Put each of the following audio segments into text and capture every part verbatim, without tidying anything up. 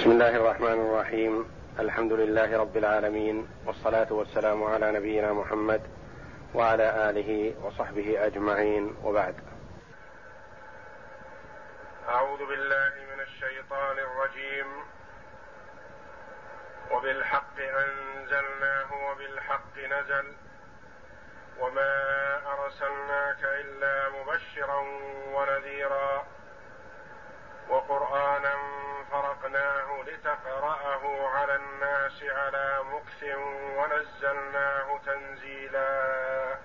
بسم الله الرحمن الرحيم. الحمد لله رب العالمين، والصلاة والسلام على نبينا محمد وعلى آله وصحبه أجمعين، وبعد. أعوذ بالله من الشيطان الرجيم. وبالحق أنزلناه وبالحق نزل وما أرسلناك إلا مبشرا ونذيرا وقرآنا فرقناه لتقرأه على الناس على مكث ونزلناه تنزيلا.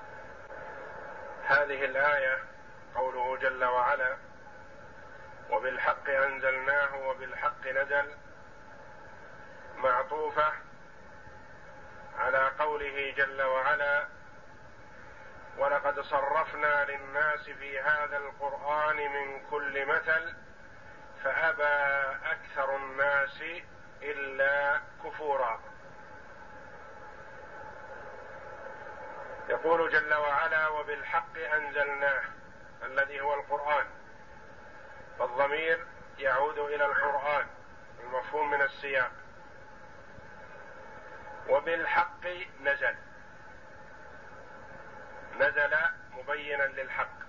هذه الآية قوله جل وعلا وبالحق أنزلناه وبالحق نزل معطوفة على قوله جل وعلا ولقد صرفنا للناس في هذا القرآن من كل مثل فأبى أكثر الناس إلا كفورا. يقول جل وعلا وبالحق أنزلناه، الذي هو القرآن، فالضمير يعود إلى القرآن المفهوم من السياق. وبالحق نزل، نزل مبينا للحق.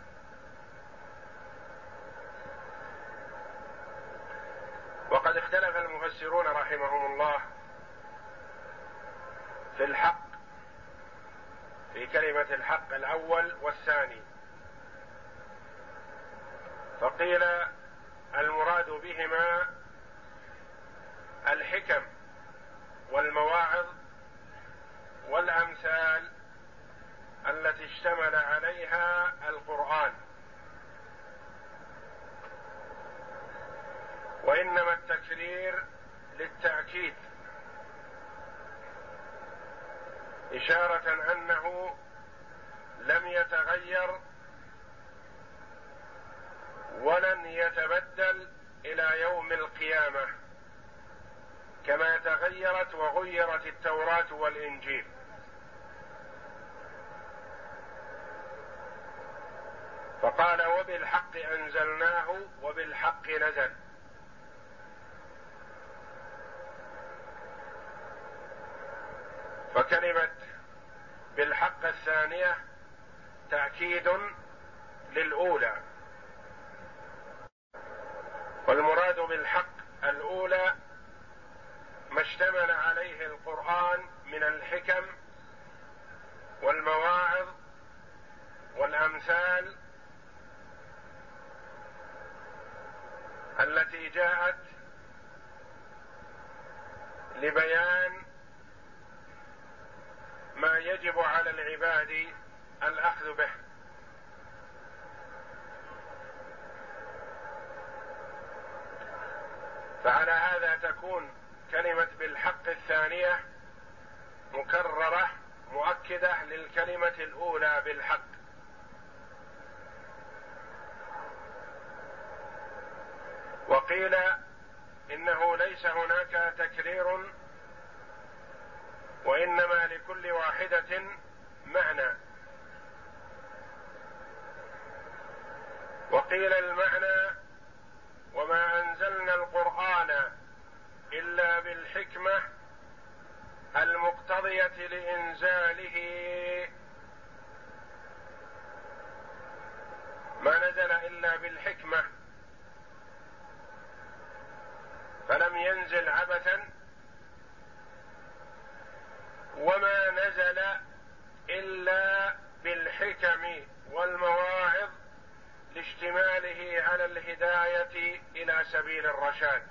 وقد اختلف المفسرون رحمهم الله في الحق، في كلمة الحق الأول والثاني، فقيل المراد بهما الحكم والمواعظ والأمثال التي اشتمل عليها القرآن، وإنما التكرير للتأكيد إشارة أنه لم يتغير ولن يتبدل إلى يوم القيامة كما تغيرت وغيرت التوراة والإنجيل. فقال وبالحق أنزلناه وبالحق نزل. فكلمة بالحق الثانية تأكيد للأولى، والمراد بالحق الأولى ما اشتمل عليه القرآن من الحكم والمواعظ والأمثال التي جاءت لبيان ما يجب على العباد الأخذ به. فعلى هذا تكون كلمة بالحق الثانية مكررة مؤكدة للكلمة الأولى بالحق. وقيل إنه ليس هناك تكرير، وإنما لكل واحدة معنى. وقيل المعنى وما أنزلنا القرآن إلا بالحكمة المقتضية لإنزاله، ما نزل إلا بالحكمة، فلم ينزل عبثا، وما نزل إلا بالحكم والمواعظ لاشتماله على الهداية إلى سبيل الرشاد.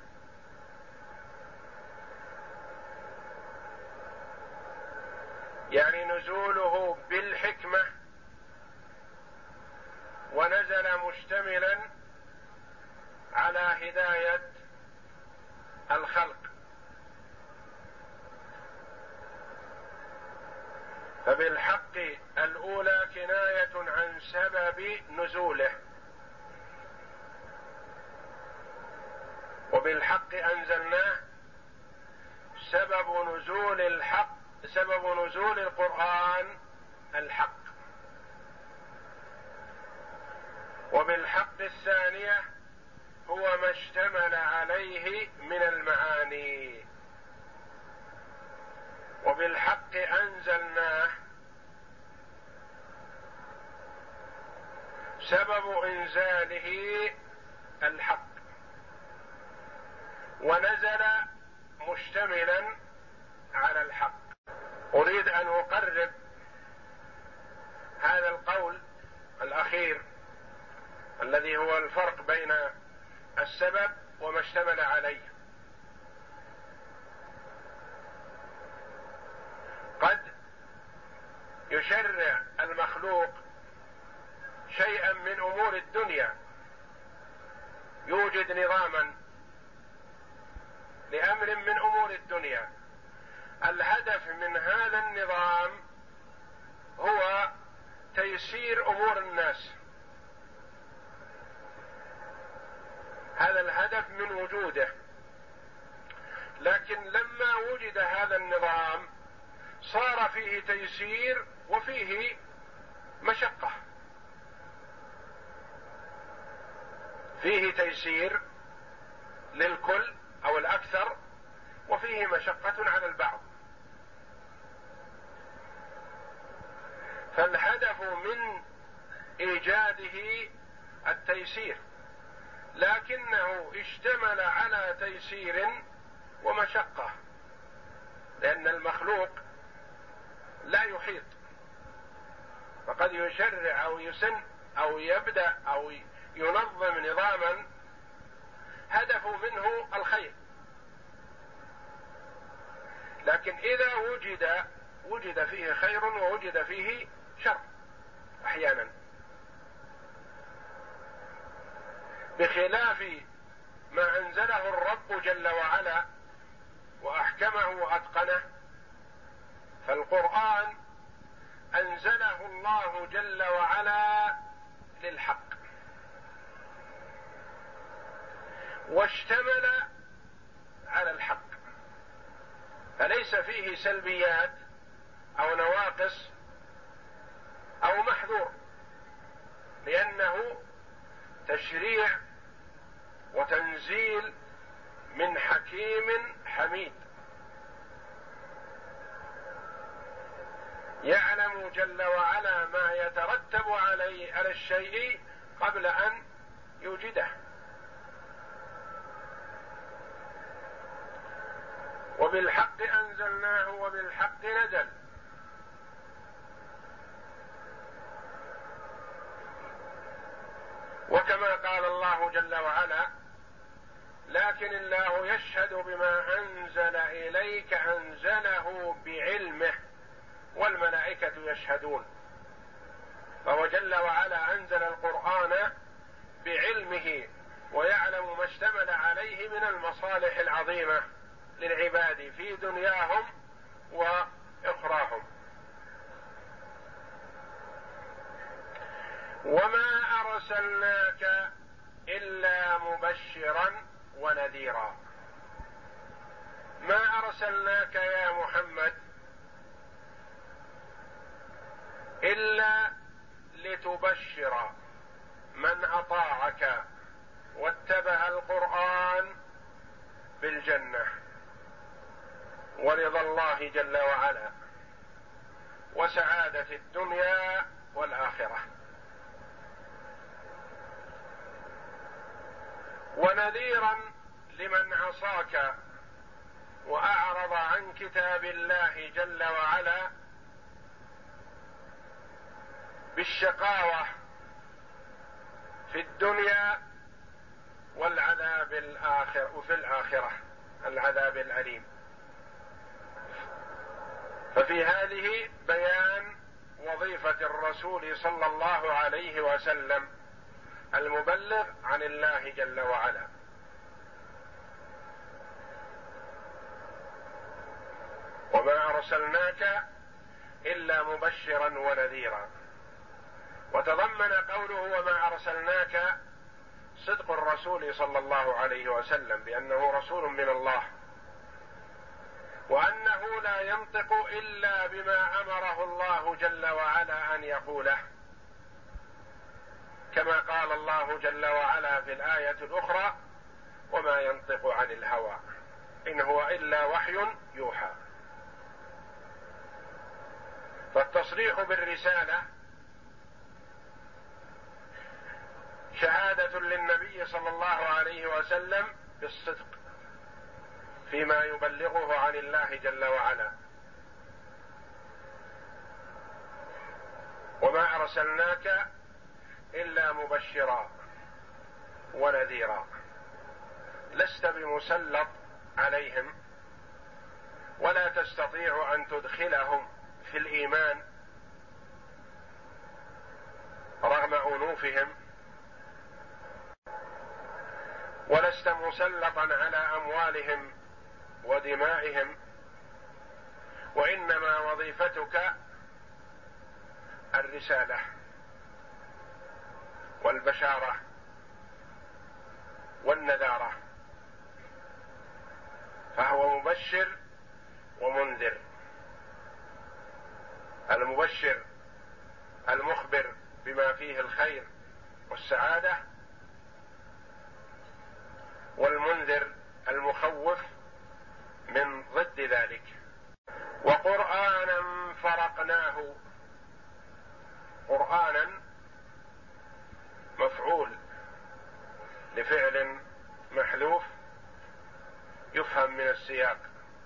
يعني نزوله بالحكمة ونزل مشتملا على هداية الخلق. فبالحق الأولى كناية عن سبب نزوله، وبالحق أنزلناه سبب نزول الحق، سبب نزول القرآن الحق. وبالحق الثانية هو ما اشتمل عليه من المعاني. وبالحق أنزلناه سبب إنزاله الحق، ونزل مشتملا على الحق. أريد أن أقرب هذا القول الأخير الذي هو الفرق بين السبب وما اشتمل عليه. قد يشرع المخلوق شيئا من أمور الدنيا، يوجد نظاما لأمر من أمور الدنيا، الهدف من هذا النظام هو تيسير أمور الناس، هذا الهدف من وجوده. لكن لما وجد هذا النظام صار فيه تيسير وفيه مشقة، فيه تيسير للكل أو الأكثر وفيه مشقة على البعض. فالهدف من إيجاده التيسير، لكنه اشتمل على تيسير ومشقة، لأن المخلوق لا يحيط، فقد يشرع أو يسن أو يبدأ أو ينظم نظاما هدف منه الخير، لكن إذا وجد وجد فيه خير ووجد فيه شر أحيانا، بخلاف ما أنزله الرب جل وعلا وأحكمه وأتقنه. فالقرآن أنزله الله جل وعلا للحق، واشتمل على الحق، فليس فيه سلبيات أو نواقص أو محذور، لأنه تشريع وتنزيل من حكيم حميد، يعلم جل وعلا ما يترتب عليه على الشيء قبل أن يوجده. وبالحق أنزلناه وبالحق نزل. وكما قال الله جل وعلا: لكن الله يشهد بما أنزل إليك أنزله بعلمه والملائكة يشهدون. فهو جل وعلا أنزل القرآن بعلمه، ويعلم ما اشتمل عليه من المصالح العظيمة للعباد في دنياهم وأخراهم. وما أرسلناك إلا مبشرا ونذيرا. ما أرسلناك يا محمد إلا لتبشر من أطاعك واتبع القرآن بالجنة ورضا الله جل وعلا وسعادة الدنيا والآخرة، ونذيرا لمن عصاك وأعرض عن كتاب الله جل وعلا بالشقاوة في الدنيا والعذاب الآخر وفي الآخرة العذاب الأليم. ففي هذه بيان وظيفة الرسول صلى الله عليه وسلم المبلغ عن الله جل وعلا. وما أرسلناك إلا مبشرا ونذيرا. وتضمن قوله وما أرسلناك صدق الرسول صلى الله عليه وسلم بأنه رسول من الله، وأنه لا ينطق إلا بما أمره الله جل وعلا أن يقوله، كما قال الله جل وعلا في الآية الأخرى: وما ينطق عن الهوى إن هو إلا وحي يوحى. فالتصريح بالرسالة شهادة للنبي صلى الله عليه وسلم بالصدق فيما يبلغه عن الله جل وعلا. وما أرسلناك إلا مبشرا ونذيرا، لست بمسلط عليهم ولا تستطيع أن تدخلهم في الإيمان رغم أنوفهم، ولست مسلطا على أموالهم ودمائهم، وإنما وظيفتك الرسالة والبشارة والنذارة، فهو مبشر ومنذر. المبشر المخبر بما فيه الخير والسعادة، والمنذر المخوف من ضد ذلك. وقرآنا فرقناه، قرآنا مفعول لفعل محذوف يفهم من السياق.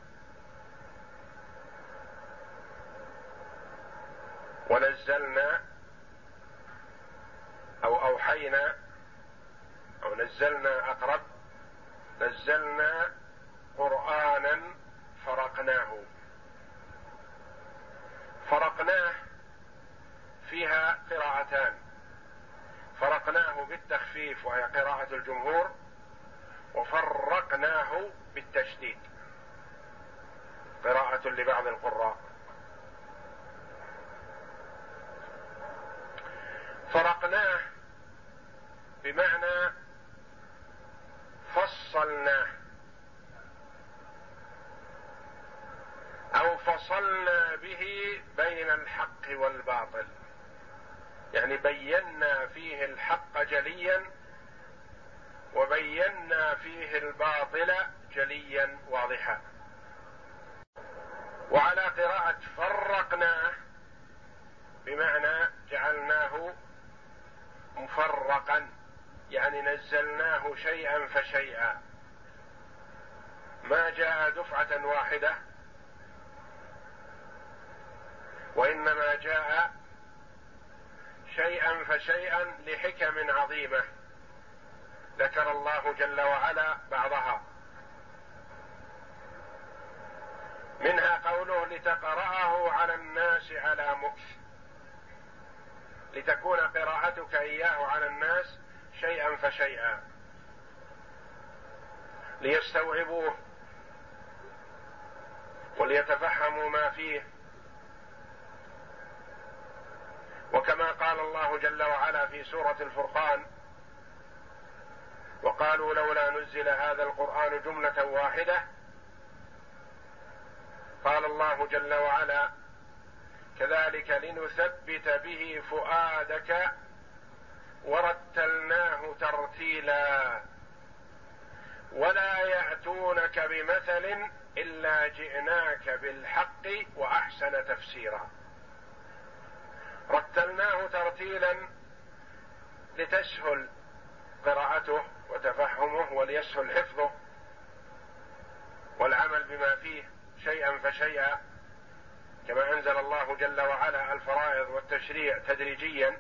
ونزلنا أو أوحينا أو نزلنا أقرب، نزلنا قرآنا فرقناه. فرقناه فيها قراءتان: فرقناه بالتخفيف وهي قراءة الجمهور، وفرقناه بالتشديد قراءة لبعض القراء. فرقناه بمعنى فصلناه أو فصلنا به بين الحق والباطل، يعني بينا فيه الحق جليا وبينا فيه الباطل جليا واضحا. وعلى قراءة فرقناه بمعنى جعلناه مفرقا، يعني نزلناه شيئا فشيئا، ما جاء دفعة واحدة، وإنما جاء شيئا فشيئا لحكم عظيمة ذكر الله جل وعلا بعضها، منها قوله: لتقرأه على الناس على مكث، لتكون قراءتك إياه على الناس شيئا فشيئا ليستوعبوه وليتفهموا ما فيه. وكما قال الله جل وعلا في سورة الفرقان: وقالوا لولا نزل هذا القرآن جملة واحدة، قال الله جل وعلا: كذلك لنثبت به فؤادك ورتلناه ترتيلا ولا يأتونك بمثل إلا جئناك بالحق وأحسن تفسيرا. رتلناه ترتيلا لتسهل قراءته وتفهمه وليسهل حفظه والعمل بما فيه شيئا فشيئا، كما أنزل الله جل وعلا الفرائض والتشريع تدريجيا.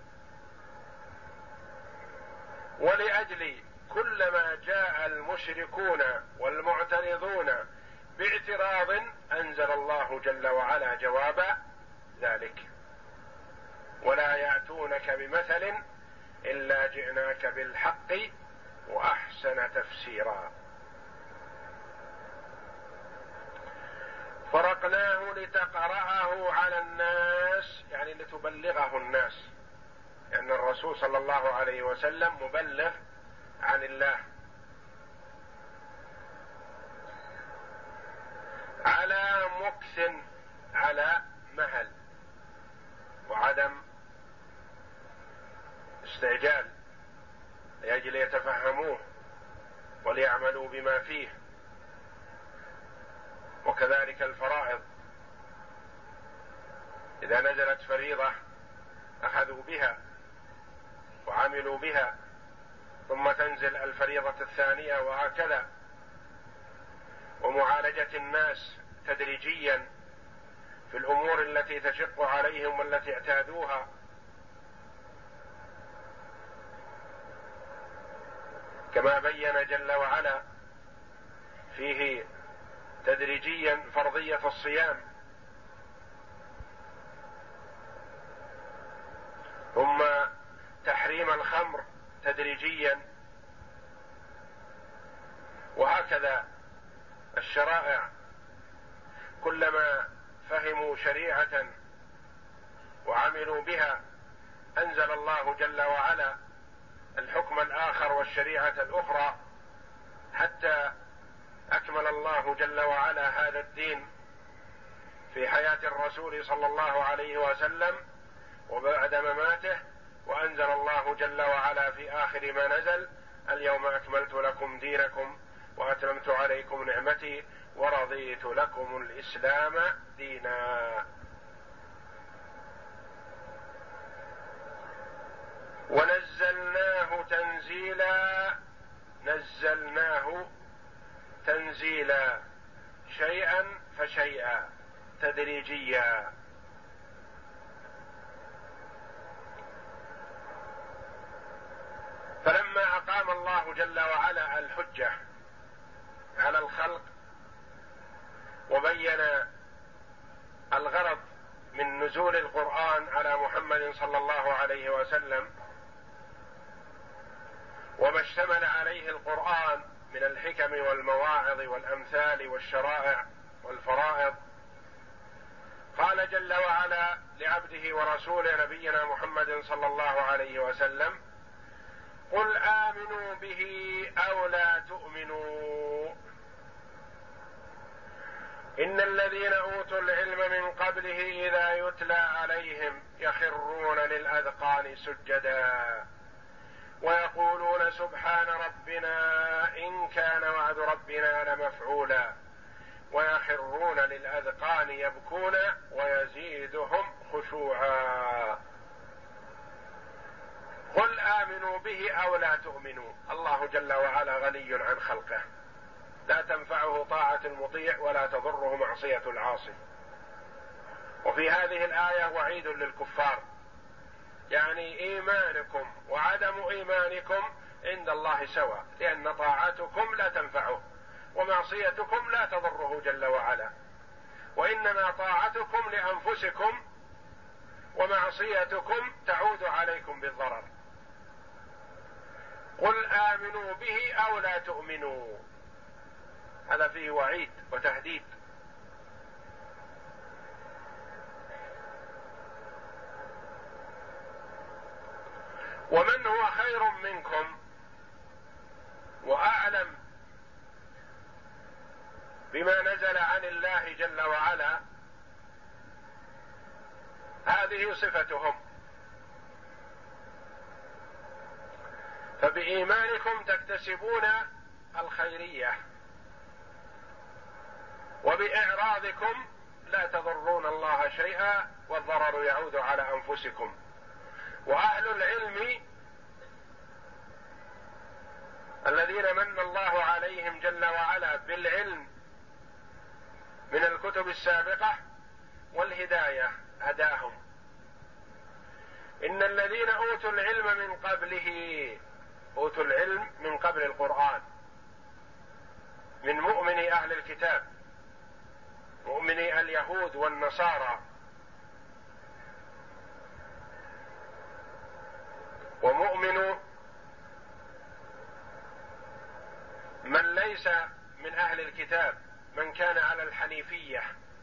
ولأجل كلما جاء المشركون والمعترضون باعتراض أنزل الله جل وعلا جواب ذلك: ولا يأتونك بمثل إلا جئناك بالحق وأحسن تفسيرا. فرقناه لتقرأه على الناس، يعني لتبلغه الناس، لأن يعني الرسول صلى الله عليه وسلم مبلغ عن الله، على مكث، على مهل وعدم استعجال بما فيه، وكذلك الفرائض إذا نزلت فريضة أخذوا بها وعملوا بها، ثم تنزل الفريضة الثانية، وهكذا. ومعالجة الناس تدريجيا في الأمور التي تشق عليهم والتي اعتادوها، كما بين جل وعلا فيه تدريجيا فرضية الصيام، ثم تحريم الخمر تدريجيا، وهكذا الشرائع كلما فهموا شريعة وعملوا بها أنزل الله جل وعلا الحكم الآخر والشريعة الأخرى، حتى أكمل الله جل وعلا هذا الدين في حياة الرسول صلى الله عليه وسلم وبعد مماته، وأنزل الله جل وعلا في آخر ما نزل: اليوم أكملت لكم دينكم وأتممت عليكم نعمتي ورضيت لكم الإسلام دينا. ونزلناه تنزيلا، نزلناه تنزيلا، شيئا فشيئا تدريجيا. فلما أقام الله جل وعلا الحجة على الخلق وبين الغرض من نزول القرآن على محمد صلى الله عليه وسلم وما اشتمل عليه القرآن من الحكم والمواعظ والأمثال والشرائع والفرائض، قال جل وعلا لعبده ورسوله نبينا محمد صلى الله عليه وسلم: قل آمنوا به أو لا تؤمنوا، إن الذين أوتوا العلم من قبله إذا يتلى عليهم يخرون للأذقان سجدا ويقولون سبحان ربنا إن كان وعد ربنا لمفعولا ويخرون للأذقان يبكون ويزيدهم خشوعا. قل آمنوا به أو لا تؤمنوا، الله جل وعلا غني عن خلقه، لا تنفعه طاعة المطيع ولا تضره معصية العاصي. وفي هذه الآية وعيد للكفار، يعني إيمانكم وعدم إيمانكم عند الله سواء، لأن طاعتكم لا تنفعه ومعصيتكم لا تضره جل وعلا، وإنما طاعتكم لأنفسكم ومعصيتكم تعود عليكم بالضرر. قل آمنوا به أو لا تؤمنوا، هذا فيه وعيد وتهديد. ومن هو خير منكم وأعلم بما نزل عن الله جل وعلا، هذه صفتهم. فبإيمانكم تكتسبون الخيرية، وبإعراضكم لا تضرون الله شيئا والضرر يعود على أنفسكم. وأهل العلم الذين من الله عليهم جل وعلا بالعلم من الكتب السابقة والهداية هداهم. إن الذين أوتوا العلم من قبله، أوتوا العلم من قبل القرآن، من مؤمني أهل الكتاب، مؤمني اليهود والنصارى، ومؤمن من ليس من أهل الكتاب، من كان على الحنيفية،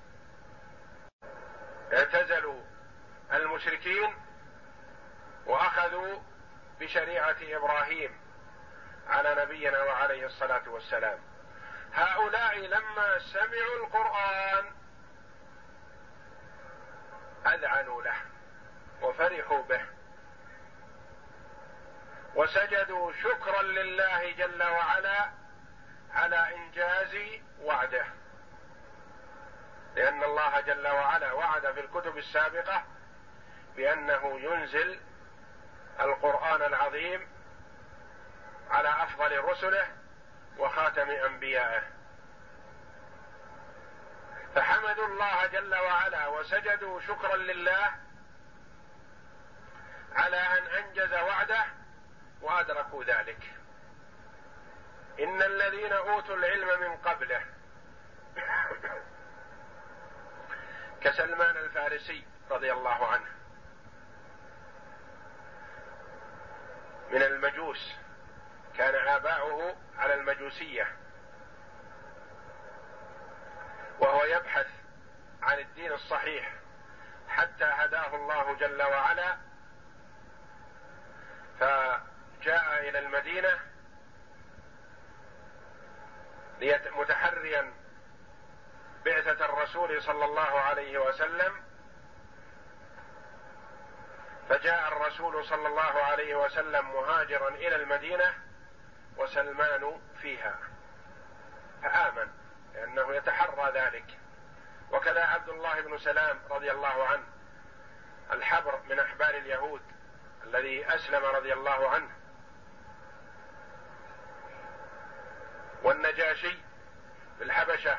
اعتزلوا المشركين وأخذوا بشريعة إبراهيم على نبينا وعليه الصلاة والسلام. هؤلاء لما سمعوا القرآن أذعنوا له وفرحوا به وسجدوا شكرا لله جل وعلا على إنجاز وعده، لأن الله جل وعلا وعد في الكتب السابقة بأنه ينزل القرآن العظيم على أفضل رسله وخاتم أنبيائه، فحمدوا الله جل وعلا وسجدوا شكرا لله على أن أنجز وعده وأدركوا ذلك. إن الذين أوتوا العلم من قبله كسلمان الفارسي رضي الله عنه من المجوس، كان آباؤه على المجوسية وهو يبحث عن الدين الصحيح حتى هداه الله جل وعلا، فجاء إلى المدينة متحريا بعثة الرسول صلى الله عليه وسلم، فجاء الرسول صلى الله عليه وسلم مهاجرا إلى المدينة وسلمان فيها، فآمن لأنه يتحرى ذلك. وكذا عبد الله بن سلام رضي الله عنه الحبر من أحبار اليهود الذي أسلم رضي الله عنه، والنجاشي في الحبشة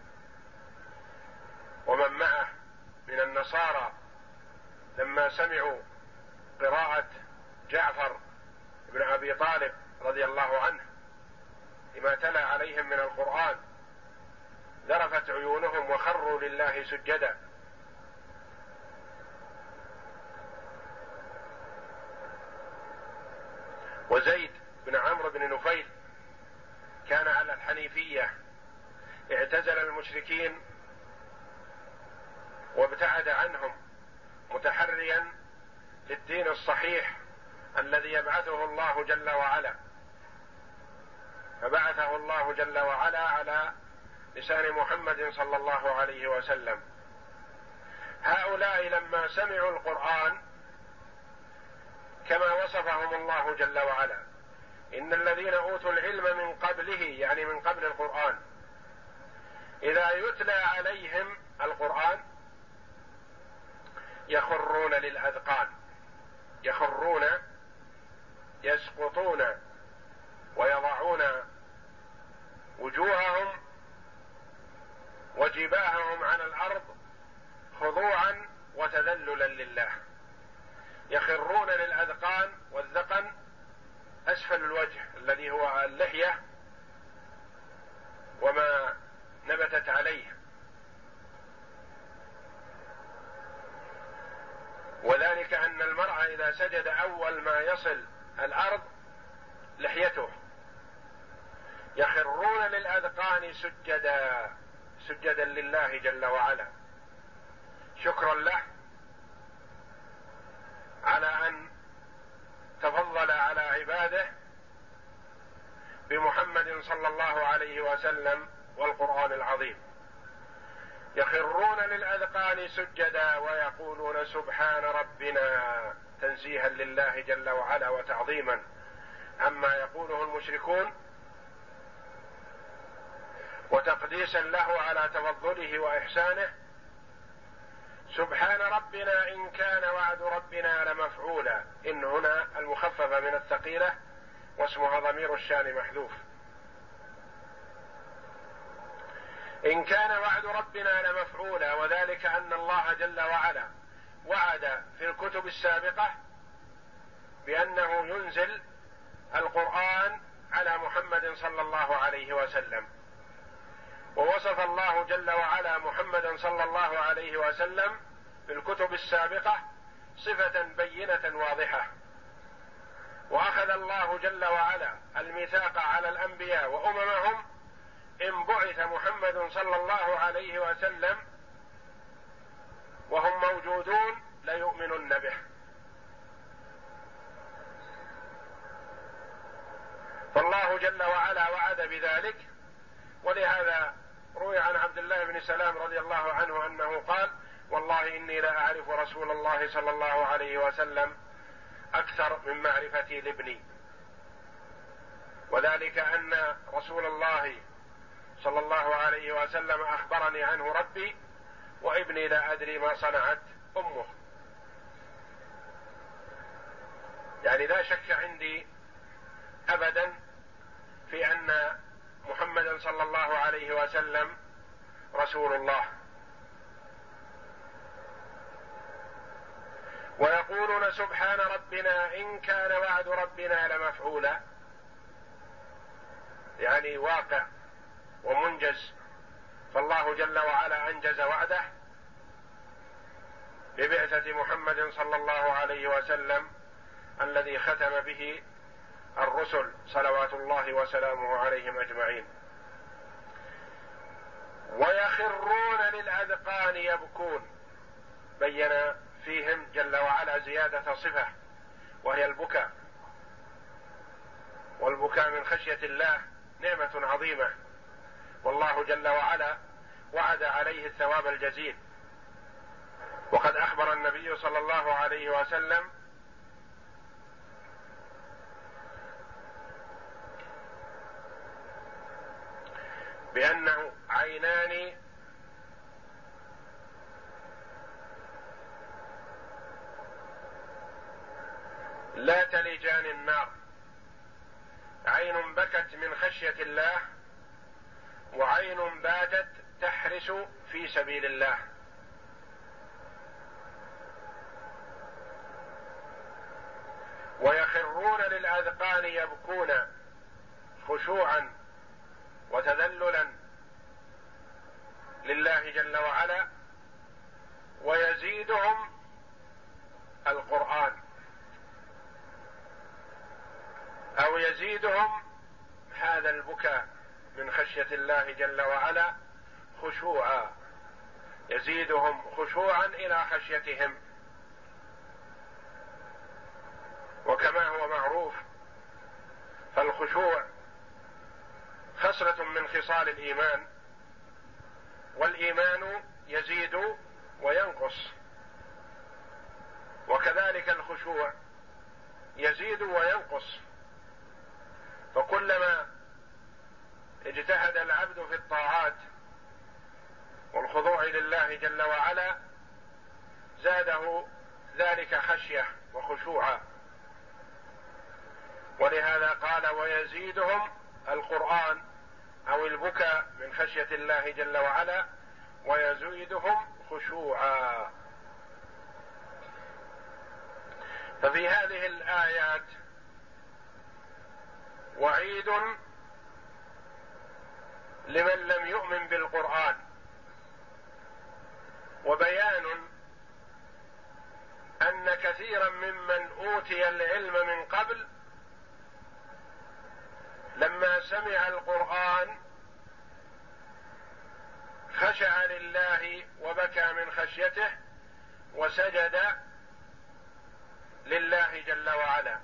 ومن معه من النصارى لما سمعوا قراءة جعفر بن أبي طالب رضي الله عنه لما تلا عليهم من القرآن ذرفت عيونهم وخروا لله سجدا. وزيد بن عمرو بن نفيل كان على الحنيفية، اعتزل المشركين وابتعد عنهم متحريا للدين الصحيح الذي يبعثه الله جل وعلا، فبعثه الله جل وعلا على لسان محمد صلى الله عليه وسلم. هؤلاء لما سمعوا القرآن كما وصفهم الله جل وعلا، إن الذين أوتوا العلم من قبله يعني من قبل القرآن إذا يتلى عليهم القرآن يخرون للأذقان، يخرون يسقطون ويضعون وجوههم وجباههم على الأرض خضوعا وتذللا لله، يخرون للأذقان، والذقن أسفل الوجه الذي هو اللحية وما نبتت عليه، وذلك أن المرء إذا سجد أول ما يصل الأرض لحيته، يخرون للأذقان سجدا سجدا لله جل وعلا شكرا له على أن تفضل على عباده بمحمد صلى الله عليه وسلم والقرآن العظيم. يخرون للأذقان سجدا ويقولون سبحان ربنا، تنزيها لله جل وعلا وتعظيما عما يقوله المشركون وتقديسا له على تفضله وإحسانه. سبحان ربنا إن كان وعد ربنا لمفعولا، إن هنا المخففة من الثقيلة واسمها ضمير الشان محذوف. إن كان وعد ربنا لمفعولا، وذلك أن الله جل وعلا وعد في الكتب السابقة بأنه ينزل القرآن على محمد صلى الله عليه وسلم، ووصف الله جل وعلا محمدا صلى الله عليه وسلم في الكتب السابقة صفة بينة واضحة. وأخذ الله جل وعلا الميثاق على الأنبياء وأممهم إن بعث محمد صلى الله عليه وسلم وهم موجودون ليؤمنن به. فالله جل وعلا وعد بذلك، ولهذا روي عن عبد الله بن سلام رضي الله عنه أنه قال: والله إني لا أعرف رسول الله صلى الله عليه وسلم أكثر من معرفتي لابني. وذلك أن رسول الله صلى الله عليه وسلم أخبرني عنه ربي وابني لا أدري ما صنعت أمه. يعني لا شك عندي أبدا في أن محمدا صلى الله عليه وسلم رسول الله. ويقولون سبحان ربنا إن كان وعد ربنا لمفعولا، يعني واقع ومنجز، فالله جل وعلا أنجز وعده ببعثة محمد صلى الله عليه وسلم الذي ختم به الرسل صلوات الله وسلامه عليهم أجمعين. ويخرون للأذقان يبكون، بين فيهم جل وعلا زيادة صفة وهي البكاء، والبكاء من خشية الله نعمة عظيمة، والله جل وعلا وعد عليه الثواب الجزيل. وقد أخبر النبي صلى الله عليه وسلم بأنه عينان لا تلجان النار، عين بكت من خشية الله وعين باتت تحرس في سبيل الله. ويخرون للأذقان يبكون خشوعا وتذللا لله جل وعلا، ويزيدهم القرآن أو يزيدهم هذا البكاء من خشية الله جل وعلا خشوعا، يزيدهم خشوعا إلى خشيتهم. وكما هو معروف فالخشوع خصلة من خصال الإيمان، والإيمان يزيد وينقص، وكذلك الخشوع يزيد وينقص. فكلما اجتهد العبد في الطاعات والخضوع لله جل وعلا زاده ذلك خشية وخشوعا. ولهذا قال ويزيدهم القرآن أو البكاء من خشية الله جل وعلا، ويزيدهم خشوعا. ففي هذه الآيات وعيد لمن لم يؤمن بالقرآن، وبيان أن كثيرا ممن أوتي العلم من قبل لما سمع القرآن خشع لله وبكى من خشيته وسجد لله جل وعلا.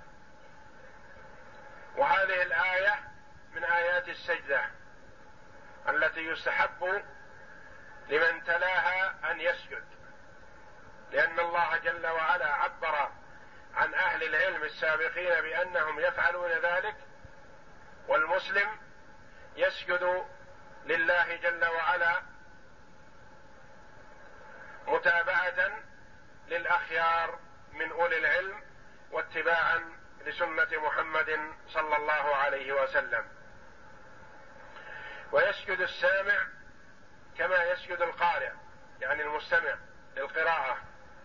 وهذه الآية من آيات السجدة التي يستحب لمن تلاها أن يسجد، لأن الله جل وعلا عبر عن أهل العلم السابقين بأنهم يفعلون ذلك، والمسلم يسجد لله جل وعلا متابعة للأخيار من أولي العلم واتباعا لسنة محمد صلى الله عليه وسلم. ويسجد السامع كما يسجد القارئ، يعني المستمع للقراءة.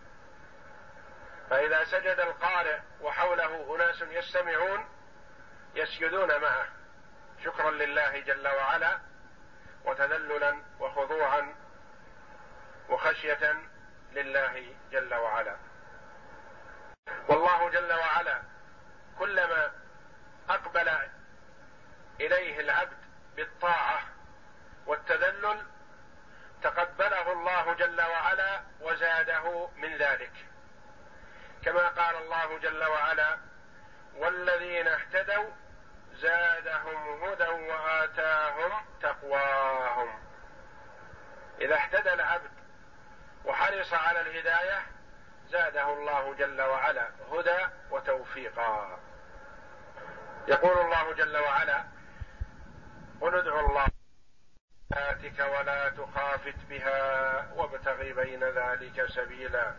فإذا سجد القارئ وحوله أناس يستمعون يسجدون معه شكرا لله جل وعلا وتذللا وخضوعا وخشية لله جل وعلا. والله جل وعلا كلما أقبل إليه العبد بالطاعة والتذلل تقبله الله جل وعلا وزاده من ذلك، كما قال الله جل وعلا والذين اهتدوا زادهم هدى وآتاهم تقواهم. إذا اهتدى العبد وحرص على الهداية زاده الله جل وعلا هدى وتوفيقا. يقول الله جل وعلا: قل ادعوا الله ولا تخافت بها وابتغ بين ذلك سبيلا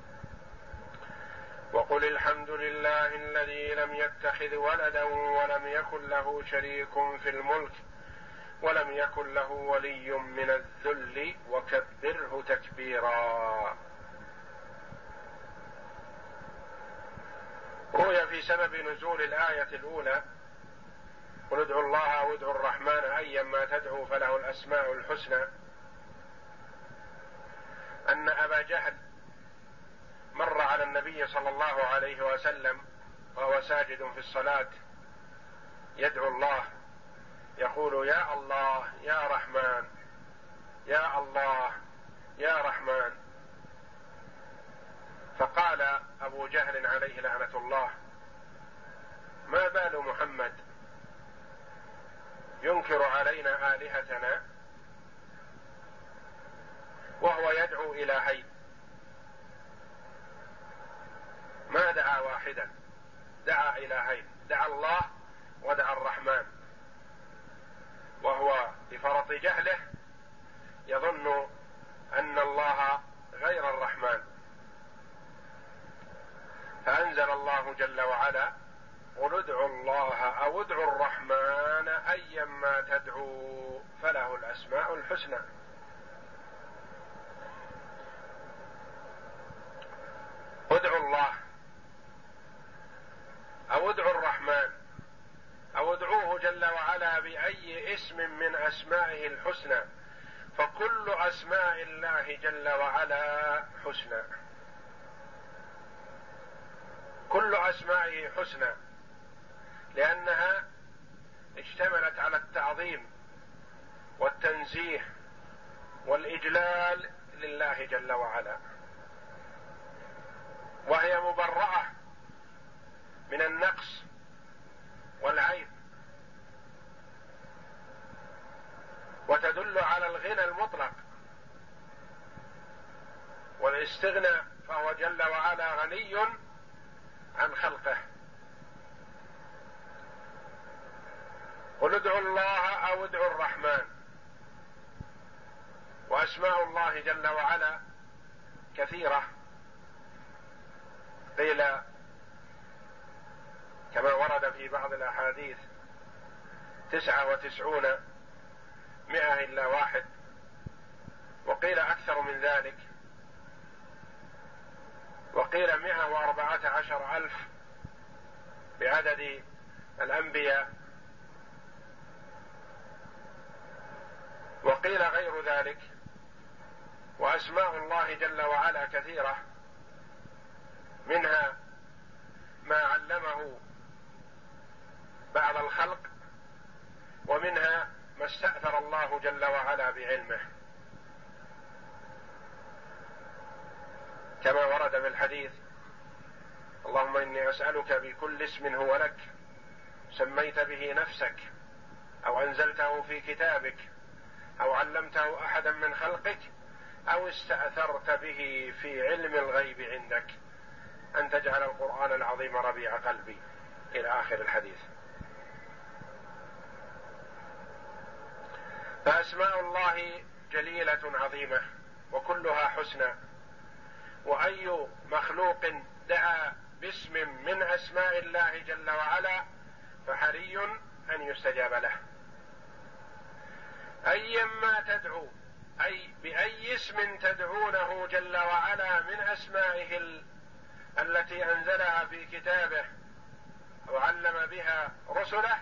وقل الحمد لله الذي لم يتخذ ولدا ولم يكن له شريك في الملك ولم يكن له ولي من الذل وكبره تكبيرا. روي في سبب نزول الآية الأولى: قل ادعوا الله أو ادعوا الرحمن أيما تدعوا فله الأسماء الحسنى، أن أبا جهل مر على النبي صلى الله عليه وسلم وهو ساجد في الصلاة يدعو الله يقول: يا الله يا رحمن يا الله يا رحمن. فقال أبو جهل عليه لعنة الله: ما بال محمد ينكر علينا آلهتنا وهو يدعو إلهين، ما دعا واحدا، دعا إلهين، دعا الله ودعا الرحمن، وهو بفرط جهله يظن أن الله غير الرحمن. فأنزل الله جل وعلا: قل ادعوا الله أو ادعوا الرحمن أيما تدعوا فله الأسماء الحسنى. ادعوا الله أو ادعوا الرحمن أو ادعوه جل وعلا بأي اسم من أسمائه الحسنى، فكل أسماء الله جل وعلا حسنى، كل أسمائه حسنى، لأنها اشتملت على التعظيم والتنزيه والإجلال لله جل وعلا، وهي مبرأة من النقص والعيب، وتدل على الغنى المطلق والاستغناء، فهو جل وعلا غني عن خلقه. قل ادعوا الله أو ادعوا الرحمن. وأسماء الله جل وعلا كثيرة، قيل كما ورد في بعض الأحاديث تسعة وتسعون مئة إلا واحد، وقيل أكثر من ذلك، وقيل مئة وأربعة عشر ألف بعدد الأنبياء، وقيل غير ذلك. وأسماء الله جل وعلا كثيرة، منها ما علمه بعض الخلق، ومنها ما استأثر الله جل وعلا بعلمه، كما ورد في الحديث: اللهم إني أسألك بكل اسم هو لك سميت به نفسك أو أنزلته في كتابك أو علمته أحدا من خلقك أو استأثرت به في علم الغيب عندك أن تجعل القرآن العظيم ربيع قلبي، إلى آخر الحديث. فأسماء الله جليلة عظيمة وكلها حسنى، وأي مخلوق دعا باسم من أسماء الله جل وعلا فحري أن يستجاب له. أيما تدعو، أي بأي اسم تدعونه جل وعلا من أسمائه ال... التي أنزلها في كتابه وعلم بها رسله،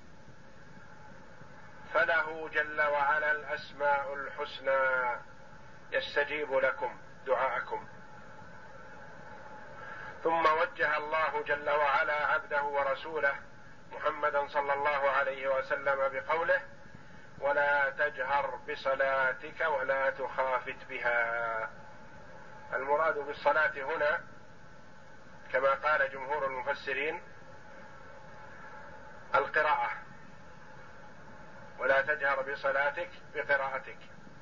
فله جل وعلا الأسماء الحسنى يستجيب لكم دعاءكم. ثم وجه الله جل وعلا عبده ورسوله محمدا صلى الله عليه وسلم بقوله: ولا تجهر بصلاتك ولا تخافت بها. المراد بالصلاة هنا كما قال جمهور المفسرين القراءة، ولا تجهر بصلاتك بقراءتك.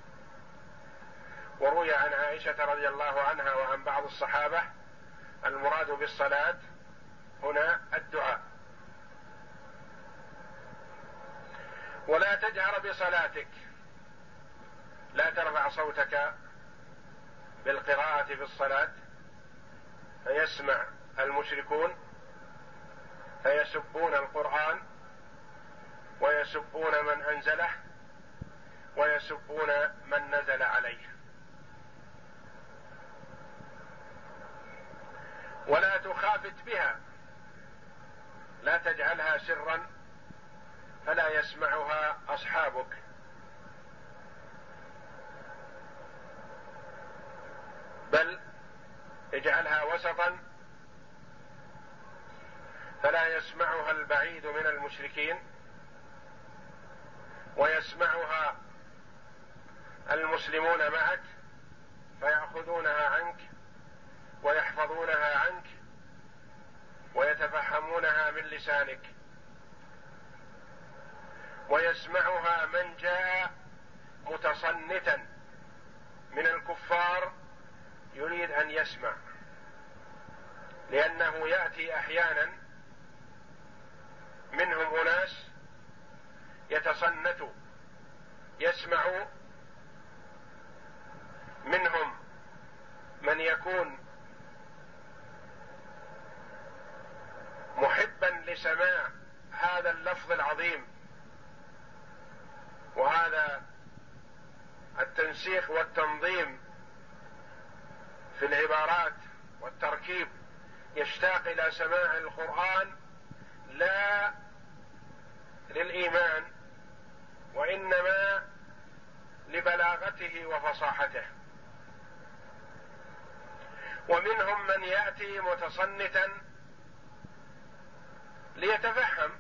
وروي عن عائشة رضي الله عنها وعن بعض الصحابة المراد بالصلاة هنا الدعاء، ولا تجهر بصلاتك، لا ترفع صوتك بالقراءة في الصلاة فيسمع المشركون فيسبون القرآن ويسبون من أنزله ويسبون من نزل عليه. ولا تخافت بها، لا تجعلها سرا فلا يسمعها أصحابك، بل اجعلها وسطا فلا يسمعها البعيد من المشركين ويسمعها المسلمون معك فيأخذونها عنك ويحفظونها عنك ويتفهمونها من لسانك، ويسمعها من جاء متصنتا من الكفار يريد أن يسمع، لأنه يأتي أحيانا منهم أناس يتصنتوا يسمعوا، منهم من يكون محبا لسماع هذا اللفظ العظيم وهذا التنسيق والتنظيم في العبارات والتركيب، يشتاق إلى سماع القرآن لا للإيمان وإنما لبلاغته وفصاحته. ومنهم من يأتي متصنتا ليتفهم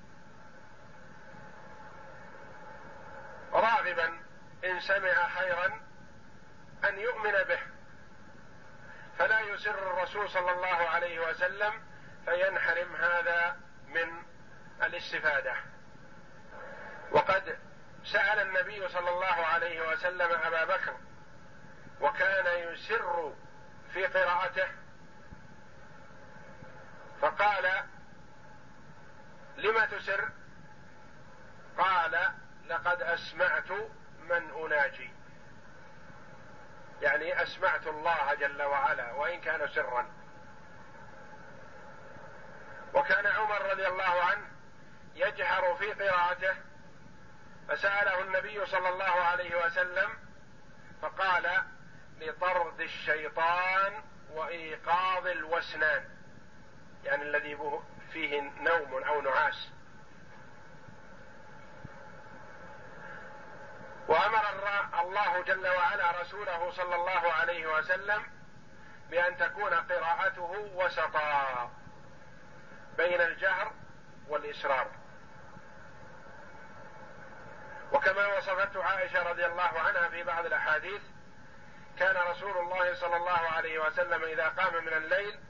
راغبا إن سمع خيرا أن يؤمن به، فلا يسر الرسول صلى الله عليه وسلم فينحرم هذا من الاستفادة. وقد سأل النبي صلى الله عليه وسلم أبا بكر وكان يسر في قراءته فقال: لم تسر؟ قال: لقد أسمعت من أناجي، يعني أسمعت الله جل وعلا وإن كان سرا. وكان عمر رضي الله عنه يجهر في قراءته فسأله النبي صلى الله عليه وسلم فقال: لطرد الشيطان وإيقاظ الوسنان، يعني الذي فيه نوم أو نعاس. وأمر الله جل وعلا رسوله صلى الله عليه وسلم بأن تكون قراءته وسطا بين الجهر والإسرار، وكما وصفته عائشة رضي الله عنها في بعض الأحاديث: كان رسول الله صلى الله عليه وسلم إذا قام من الليل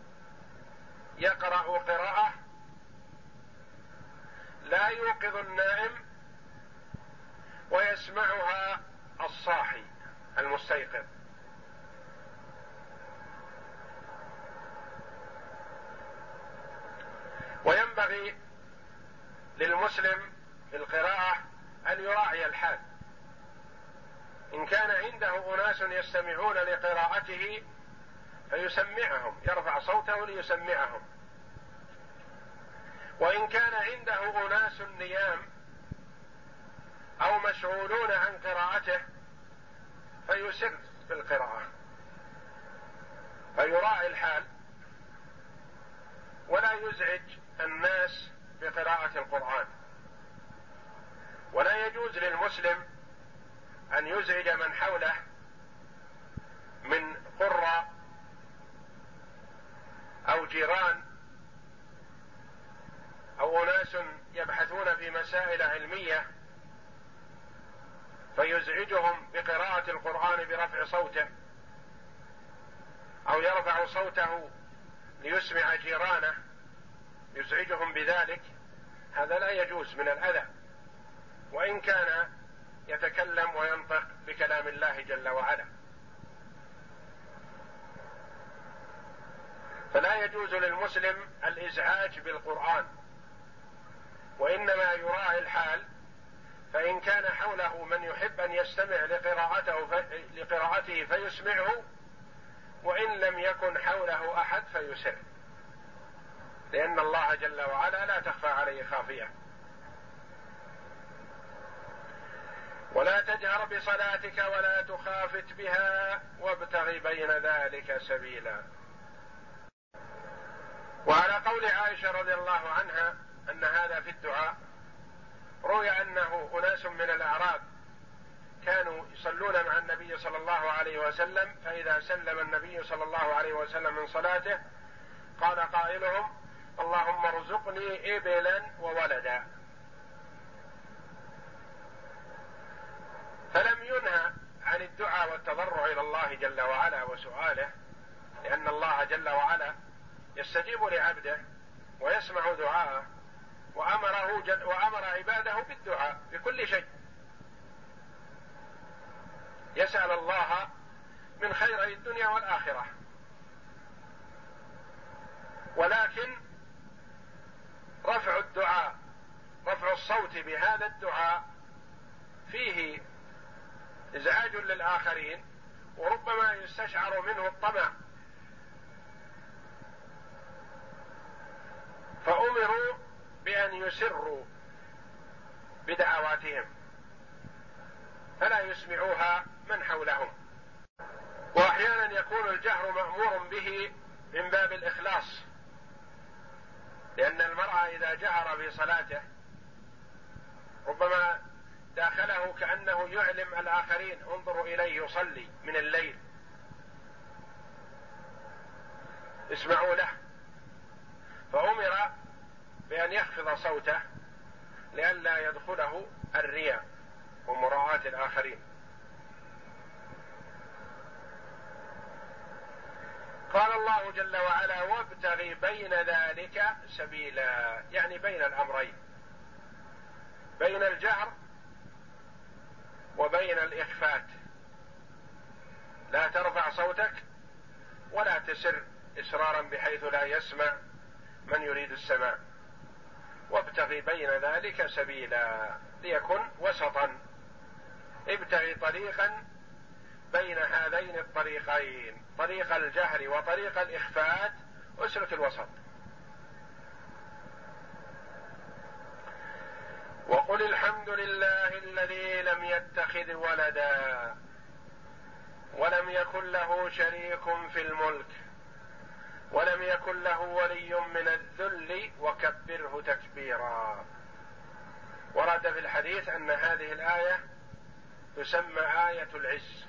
يقرأ قراءة لا يوقظ النائم ويسمعها الصاحي المستيقظ. وينبغي للمسلم في القراءة أن يراعي الحال، إن كان عنده أناس يستمعون لقراءته فيسمعهم، يرفع صوته ليسمعهم، وإن كان عنده أناس نيام أو مشغولون عن قراءته فيسر في القراءة، فيراعي الحال ولا يزعج الناس بقراءة القرآن. ولا يجوز للمسلم أن يزعج من حوله من قرى أو جيران أو أناس يبحثون في مسائل علمية فيزعجهم بقراءة القرآن برفع صوته، أو يرفع صوته ليسمع جيرانه يزعجهم بذلك، هذا لا يجوز من الأذى، وإن كان يتكلم وينطق بكلام الله جل وعلا. فلا يجوز للمسلم الإزعاج بالقرآن، وإنما يراعي الحال فإن كان حوله من يحب أن يستمع لقراءته في لقراءته فيسمعه، وإن لم يكن حوله أحد فيسر، لأن الله جل وعلا لا تخفى عليه خافية. ولا تجهر بصلاتك ولا تخافت بها وابتغ بين ذلك سبيلا. وعلى قول عائشة رضي الله عنها أن هذا في الدعاء، روي أنه أناس من الأعراب كانوا يصلون مع النبي صلى الله عليه وسلم، فإذا سلم النبي صلى الله عليه وسلم من صلاته قال قائلهم: اللهم ارزقني إبلا وولدا. فلم ينهى عن الدعاء والتضرع إلى الله جل وعلا وسؤاله، لأن الله جل وعلا يستجيب لعبده ويسمع دعاءه، وأمره جل وأمر عباده بالدعاء بكل شيء، يسأل الله من خير الدنيا والآخرة. ولكن رفع الدعاء، رفع الصوت بهذا الدعاء فيه إزعاج للآخرين، وربما يستشعر منه الطمع، فأمروا بأن يسروا بدعواتهم فلا يسمعوها من حولهم. وأحيانا يكون الجهر مأمور به من باب الإخلاص، لأن المرأة إذا جهر في صلاته ربما داخله كأنه يعلم الآخرين: انظروا إليه يصلي من الليل، اسمعوا له. فأمر بأن يخفض صوته لئلا يدخله الرياء ومراعاة الآخرين. قال الله جل وعلا: وابتغ بين ذلك سبيلا، يعني بين الأمرين، بين الجهر وبين الإخفات. لا ترفع صوتك ولا تسر إسرارا بحيث لا يسمع من يريد السماع. وابتغ بين ذلك سبيلا، ليكن وسطا، ابتغ طريقا بين هذين الطريقين، طريق الجهر وطريق الإخفات، اسلك الوسط. وقل الحمد لله الذي لم يتخذ ولدا ولم يكن له شريك في الملك ولم يكن له ولي من الذل وكبره تكبيرا. ورد في الحديث أن هذه الآية تسمى آية العز،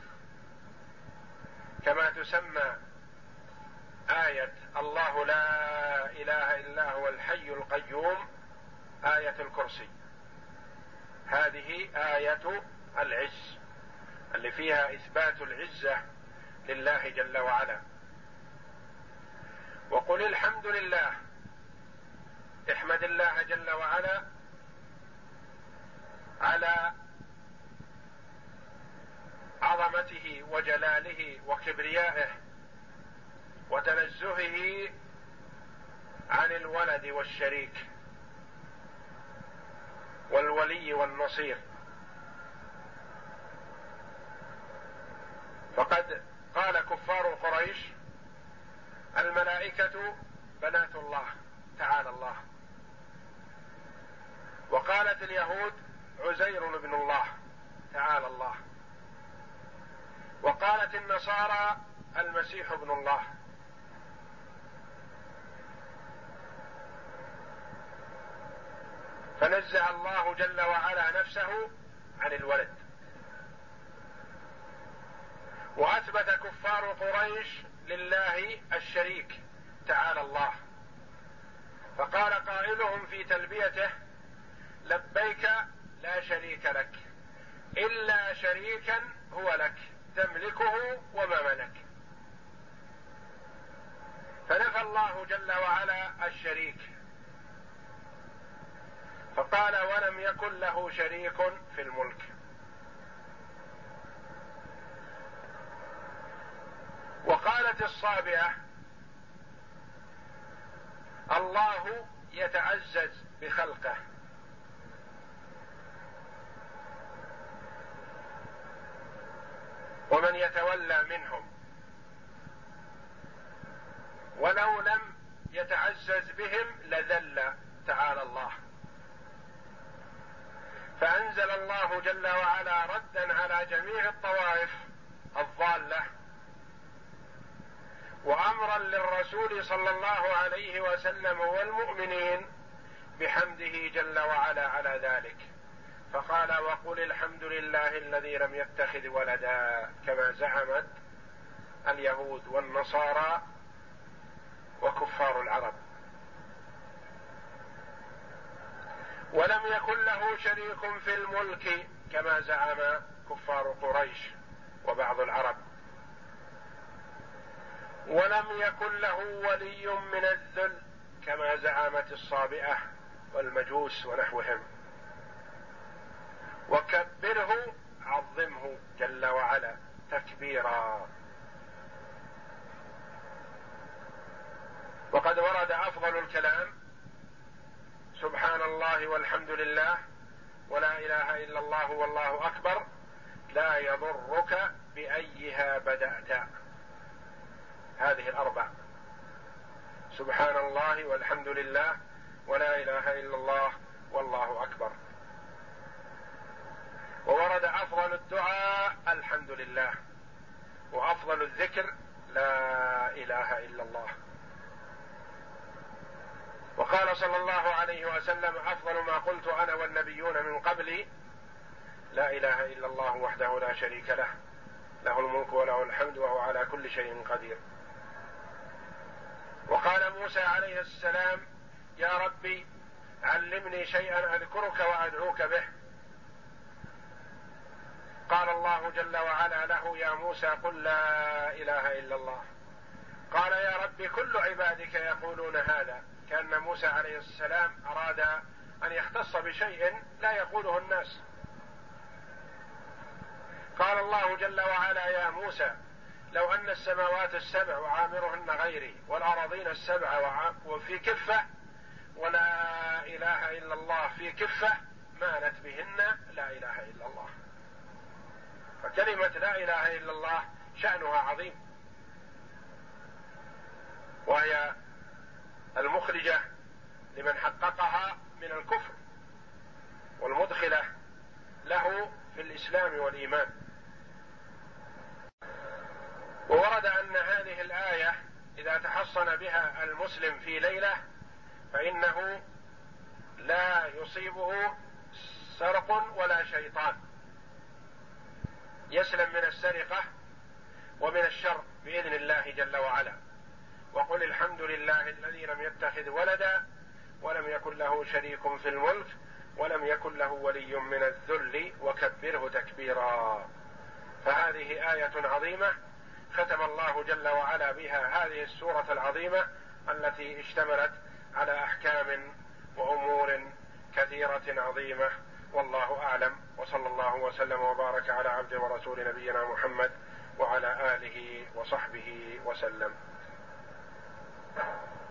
كما تسمى آية الله لا إله إلا هو الحي القيوم آية الكرسي. هذه آية العز اللي فيها إثبات العزة لله جل وعلا. وقل الحمد لله، احمد الله جل وعلا على عظمته وجلاله وكبريائه وتنزهه عن الولد والشريك والولي والنصير. فقد قال كفار قريش: الملائكة بنات الله تعالى الله. وقالت اليهود: عزير ابن الله تعالى الله. وقالت النصارى: المسيح ابن الله. فنزه الله جل وعلا نفسه عن الولد. وأثبت كفار قريش لله الشريك تعالى الله، فقال قائلهم في تلبيته: لبيك لا شريك لك إلا شريكا هو لك تملكه وما ملك. فنفى الله جل وعلا الشريك، فقال: ولم يكن له شريك في الملك. وقالت الصابئة: الله يتعزز بخلقه يتولى منهم، ولو لم يتعزز بهم لذل تعالى الله. فأنزل الله جل وعلا ردا على جميع الطوائف الضالة، وأمرا للرسول صلى الله عليه وسلم والمؤمنين بحمده جل وعلا على ذلك، فقال: وقل الحمد لله الذي لم يتخذ ولدا، كما زعمت اليهود والنصارى وكفار العرب. ولم يكن له شريك في الملك، كما زعم كفار قريش وبعض العرب. ولم يكن له ولي من الذل، كما زعمت الصابئة والمجوس ونحوهم. وكبره، عظمه جل وعلا تكبيرا. وقد ورد أفضل الكلام: سبحان الله والحمد لله ولا إله إلا الله والله أكبر، لا يضرك بأيها بدأت. هذه الأربع: سبحان الله والحمد لله ولا إله إلا الله والله أكبر. وورد أفضل الدعاء الحمد لله، وأفضل الذكر لا إله إلا الله. وقال صلى الله عليه وسلم: أفضل ما قلت أنا والنبيون من قبلي لا إله إلا الله وحده لا شريك له، له الملك وله الحمد وهو على كل شيء قدير. وقال موسى عليه السلام: يا ربي علمني شيئا أذكرك وأدعوك به. قال الله جل وعلا له: يا موسى قل لا إله إلا الله. قال: يا رب كل عبادك يقولون هذا، كأن موسى عليه السلام أراد أن يختص بشيء لا يقوله الناس. قال الله جل وعلا: يا موسى لو أن السماوات السبع وعامرهن غيري والأراضين السبع وفي كفة ولا إله إلا الله في كفة مالت بهن لا إله إلا الله. فكلمة لا إله إلا الله شأنها عظيم، وهي المخرجة لمن حققها من الكفر والمدخلة له في الإسلام والإيمان. وورد أن هذه الآية إذا تحصن بها المسلم في ليلة فإنه لا يصيبه سرق ولا شيطان، يسلم من السرقة ومن الشر بإذن الله جل وعلا. وقل الحمد لله الذي لم يتخذ ولدا ولم يكن له شريك في الملك ولم يكن له ولي من الذل وكبره تكبيرا. فهذه آية عظيمة ختم الله جل وعلا بها هذه السورة العظيمة التي اشتملت على أحكام وأمور كثيرة عظيمة. والله أعلم، وصلى الله وسلم وبارك على عبد ورسول نبينا محمد وعلى آله وصحبه وسلم.